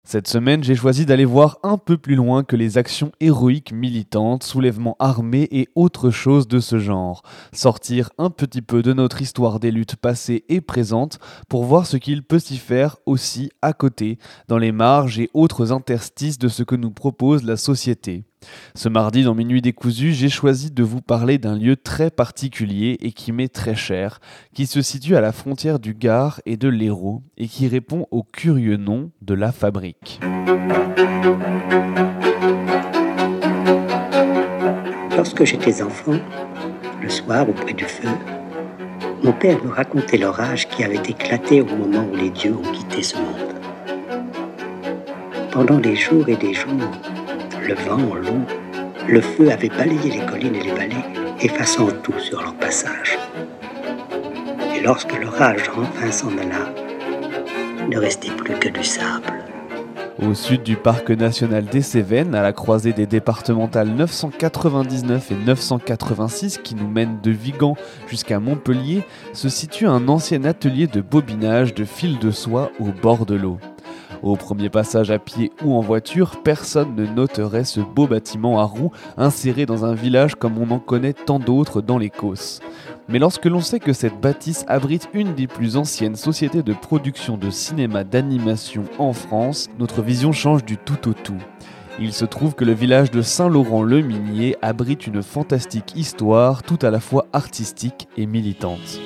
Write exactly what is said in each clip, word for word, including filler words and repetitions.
Cette semaine, j'ai choisi d'aller voir un peu plus loin que les actions héroïques militantes, soulèvements armés et autres choses de ce genre. Sortir un petit peu de notre histoire des luttes passées et présentes pour voir ce qu'il peut s'y faire aussi à côté, dans les marges et autres interstices de ce que nous propose la société. Ce mardi, dans Minuit décousu, j'ai choisi de vous parler d'un lieu très particulier et qui m'est très cher, qui se situe à la frontière du Gard et de l'Hérault et qui répond au curieux nom de La Fabrique. Lorsque j'étais enfant, le soir auprès du feu, mon père me racontait l'orage qui avait éclaté au moment où les dieux ont quitté ce monde. Pendant des jours et des jours, le vent, l'eau, le feu avait balayé les collines et les vallées, effaçant tout sur leur passage. Et lorsque l'orage enfin s'en alla, il ne restait plus que du sable. Au sud du parc national des Cévennes, à la croisée des départementales neuf cent quatre-vingt-dix-neuf et neuf cent quatre-vingt-six qui nous mènent de Vigan jusqu'à Montpellier, se situe un ancien atelier de bobinage de fil de soie au bord de l'eau. Au premier passage à pied ou en voiture, personne ne noterait ce beau bâtiment à roues inséré dans un village comme on en connaît tant d'autres dans les Causses. Mais lorsque l'on sait que cette bâtisse abrite une des plus anciennes sociétés de production de cinéma d'animation en France, notre vision change du tout au tout. Il se trouve que le village de Saint-Laurent-le-Minier abrite une fantastique histoire tout à la fois artistique et militante.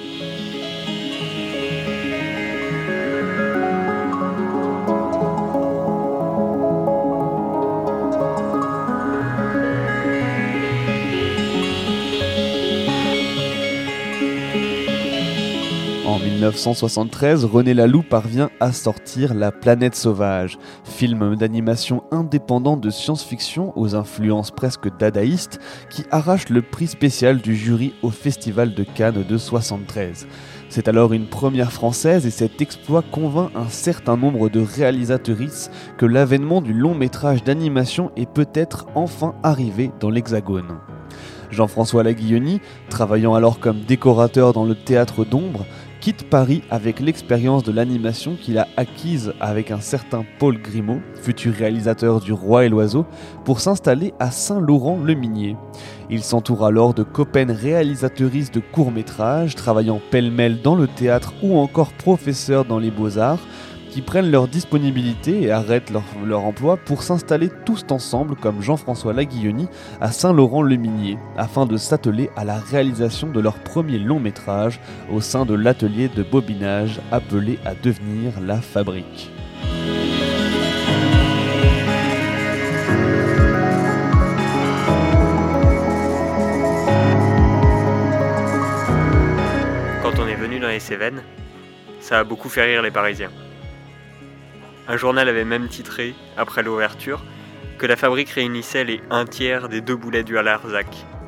En dix-neuf cent soixante-treize, René Laloux parvient à sortir La Planète Sauvage, film d'animation indépendant de science-fiction aux influences presque dadaïstes qui arrache le prix spécial du jury au Festival de Cannes de soixante-treize. C'est alors une première française et cet exploit convainc un certain nombre de réalisatrices que l'avènement du long métrage d'animation est peut-être enfin arrivé dans l'Hexagone. Jean-François Laguilloni, travaillant alors comme décorateur dans le théâtre d'ombre, quitte Paris avec l'expérience de l'animation qu'il a acquise avec un certain Paul Grimaud, futur réalisateur du Roi et l'Oiseau, pour s'installer à Saint-Laurent-le-Minier. Il s'entoure alors de copaines réalisatrices de courts-métrages, travaillant pêle-mêle dans le théâtre ou encore professeurs dans les beaux-arts, qui prennent leur disponibilité et arrêtent leur, leur emploi pour s'installer tous ensemble comme Jean-François Laguilloni à Saint-Laurent-le-Minier, afin de s'atteler à la réalisation de leur premier long métrage au sein de l'atelier de bobinage appelé à devenir La Fabrique. Quand on est venu dans les Cévennes, ça a beaucoup fait rire les Parisiens. Un journal avait même titré, après l'ouverture, que la fabrique réunissait les un tiers des deux boulets du Larzac.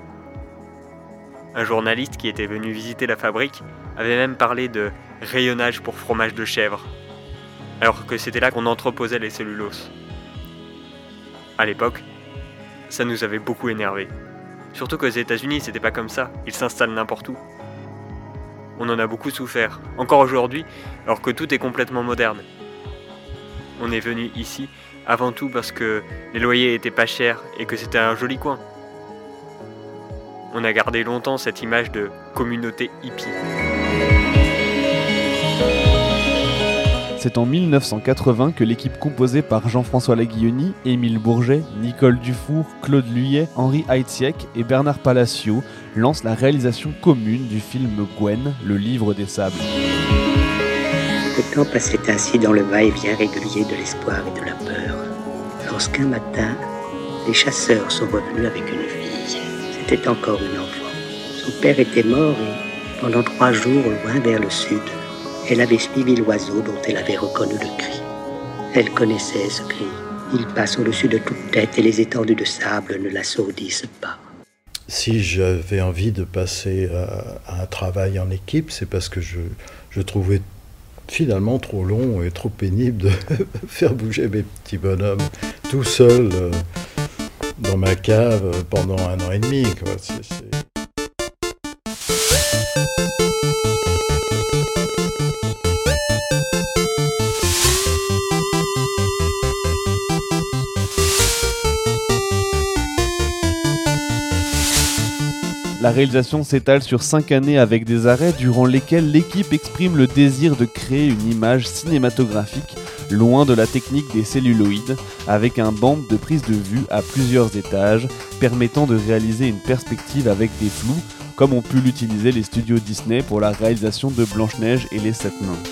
Un journaliste qui était venu visiter la fabrique avait même parlé de rayonnage pour fromage de chèvre, alors que c'était là qu'on entreposait les celluloses. À l'époque, ça nous avait beaucoup énervé. Surtout qu'aux États-Unis, c'était pas comme ça, ils s'installent n'importe où. On en a beaucoup souffert, encore aujourd'hui, alors que tout est complètement moderne. On est venu ici avant tout parce que les loyers étaient pas chers et que c'était un joli coin. On a gardé longtemps cette image de communauté hippie. C'est en dix-neuf cent quatre-vingts que l'équipe composée par Jean-François Laguilloni, Émile Bourget, Nicole Dufour, Claude Luyet, Henri Heitziek et Bernard Palacio lance la réalisation commune du film Gwen, le livre des sables. Le temps passait ainsi dans le va-et-vient régulier de l'espoir et de la peur. Lorsqu'un matin, les chasseurs sont revenus avec une fille. C'était encore une enfant. Son père était mort et, pendant trois jours, loin vers le sud, elle avait suivi l'oiseau dont elle avait reconnu le cri. Elle connaissait ce cri. Il passe au-dessus de toute tête et les étendues de sable ne l'assourdissent pas. Si j'avais envie de passer à un travail en équipe, c'est parce que je, je trouvais finalement trop long et trop pénible de faire bouger mes petits bonhommes tout seul euh, dans ma cave pendant un an et demi, quoi. C'est, c'est... La réalisation s'étale sur cinq années avec des arrêts durant lesquels l'équipe exprime le désir de créer une image cinématographique loin de la technique des celluloïdes, avec un banc de prise de vue à plusieurs étages, permettant de réaliser une perspective avec des flous, comme ont pu l'utiliser les studios Disney pour la réalisation de Blanche-Neige et les Sept Nains.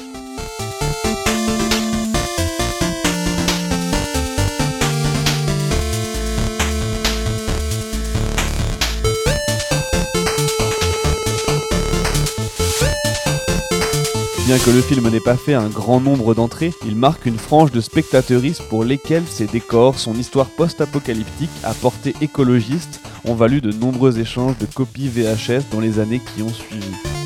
Bien que le film n'ait pas fait un grand nombre d'entrées, il marque une frange de spectateuristes pour lesquels ses décors, son histoire post-apocalyptique à portée écologiste ont valu de nombreux échanges de copies V H S dans les années qui ont suivi.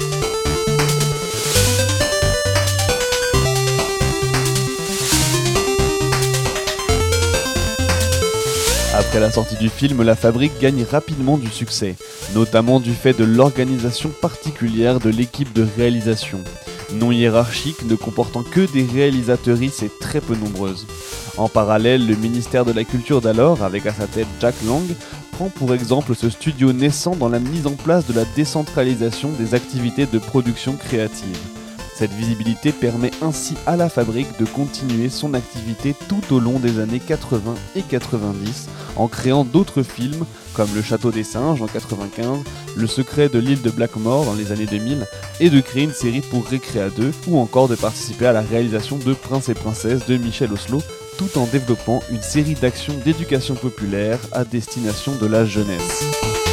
Après la sortie du film, La Fabrique gagne rapidement du succès, notamment du fait de l'organisation particulière de l'équipe de réalisation. Non hiérarchique, ne comportant que des réalisatrices et très peu nombreuses. En parallèle, le ministère de la Culture d'alors, avec à sa tête Jack Lang, prend pour exemple ce studio naissant dans la mise en place de la décentralisation des activités de production créative. Cette visibilité permet ainsi à La Fabrique de continuer son activité tout au long des années quatre-vingts et quatre-vingt-dix en créant d'autres films comme Le Château des Singes en quatre-vingt-quinze, Le Secret de l'île de Blackmore dans les années deux mille et de créer une série pour Récréa deux ou encore de participer à la réalisation de Prince et Princesse de Michel Oslo tout en développant une série d'actions d'éducation populaire à destination de la jeunesse.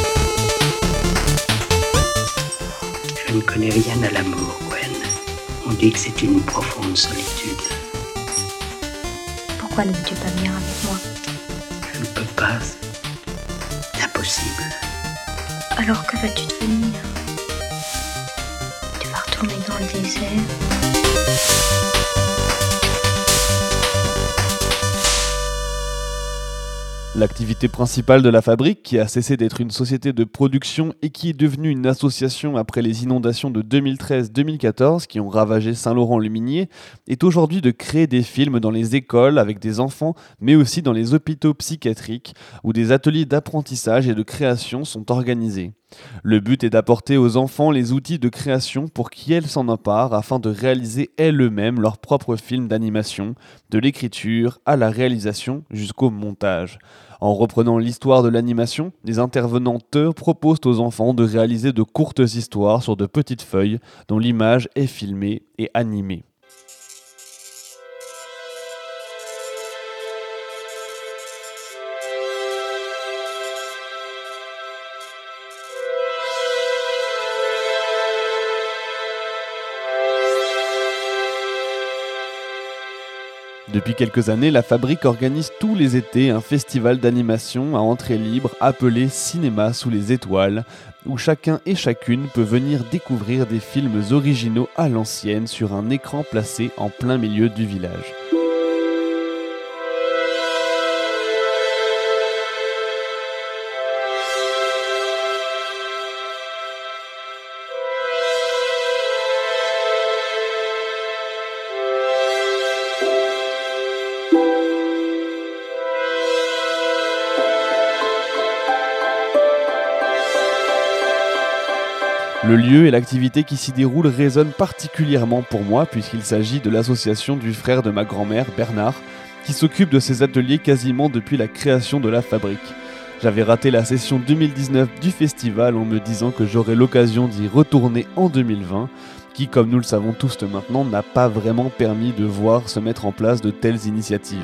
Je ne connais rien à l'amour, Gwen. On dit que c'est une profonde solitude. Pourquoi ne veux-tu pas venir avec moi ? Je ne peux pas. C'est impossible. Alors que vas-tu devenir ? Tu vas retourner dans le désert ? L'activité principale de La Fabrique, qui a cessé d'être une société de production et qui est devenue une association après les inondations de deux mille treize deux mille quatorze qui ont ravagé Saint-Laurent-le-Minier, est aujourd'hui de créer des films dans les écoles avec des enfants, mais aussi dans les hôpitaux psychiatriques, où des ateliers d'apprentissage et de création sont organisés. Le but est d'apporter aux enfants les outils de création pour qu'ils s'en emparent afin de réaliser eux-mêmes leurs propres films d'animation, de l'écriture à la réalisation jusqu'au montage. En reprenant l'histoire de l'animation, les intervenantes proposent aux enfants de réaliser de courtes histoires sur de petites feuilles dont l'image est filmée et animée. Depuis quelques années, La Fabrique organise tous les étés un festival d'animation à entrée libre appelé Cinéma sous les étoiles, où chacun et chacune peut venir découvrir des films originaux à l'ancienne sur un écran placé en plein milieu du village. Le lieu et l'activité qui s'y déroule résonnent particulièrement pour moi puisqu'il s'agit de l'association du frère de ma grand-mère, Bernard, qui s'occupe de ces ateliers quasiment depuis la création de La Fabrique. J'avais raté la session deux mille dix-neuf du festival en me disant que j'aurais l'occasion d'y retourner en deux mille vingt, qui, comme nous le savons tous maintenant, n'a pas vraiment permis de voir se mettre en place de telles initiatives.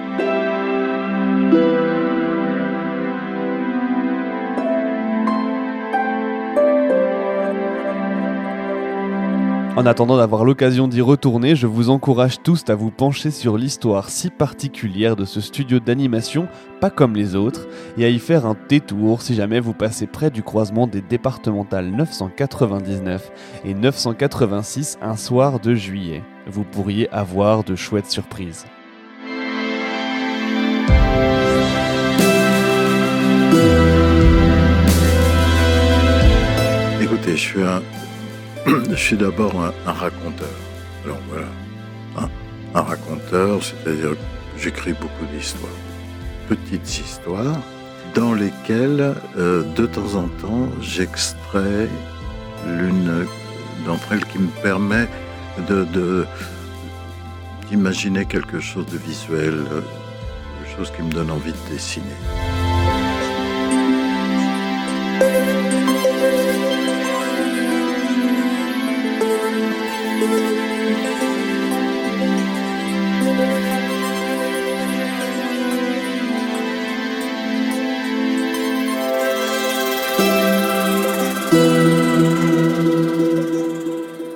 En attendant d'avoir l'occasion d'y retourner, je vous encourage tous à vous pencher sur l'histoire si particulière de ce studio d'animation, pas comme les autres, et à y faire un détour si jamais vous passez près du croisement des départementales neuf cent quatre-vingt-dix-neuf et neuf cent quatre-vingt-six un soir de juillet. Vous pourriez avoir de chouettes surprises. Écoutez, je suis un... Je suis d'abord un, un raconteur. Alors voilà, un, un raconteur, c'est-à-dire que j'écris beaucoup d'histoires. Petites histoires, dans lesquelles, euh, de temps en temps, j'extrais l'une d'entre elles qui me permet de, de, d'imaginer quelque chose de visuel, quelque chose qui me donne envie de dessiner.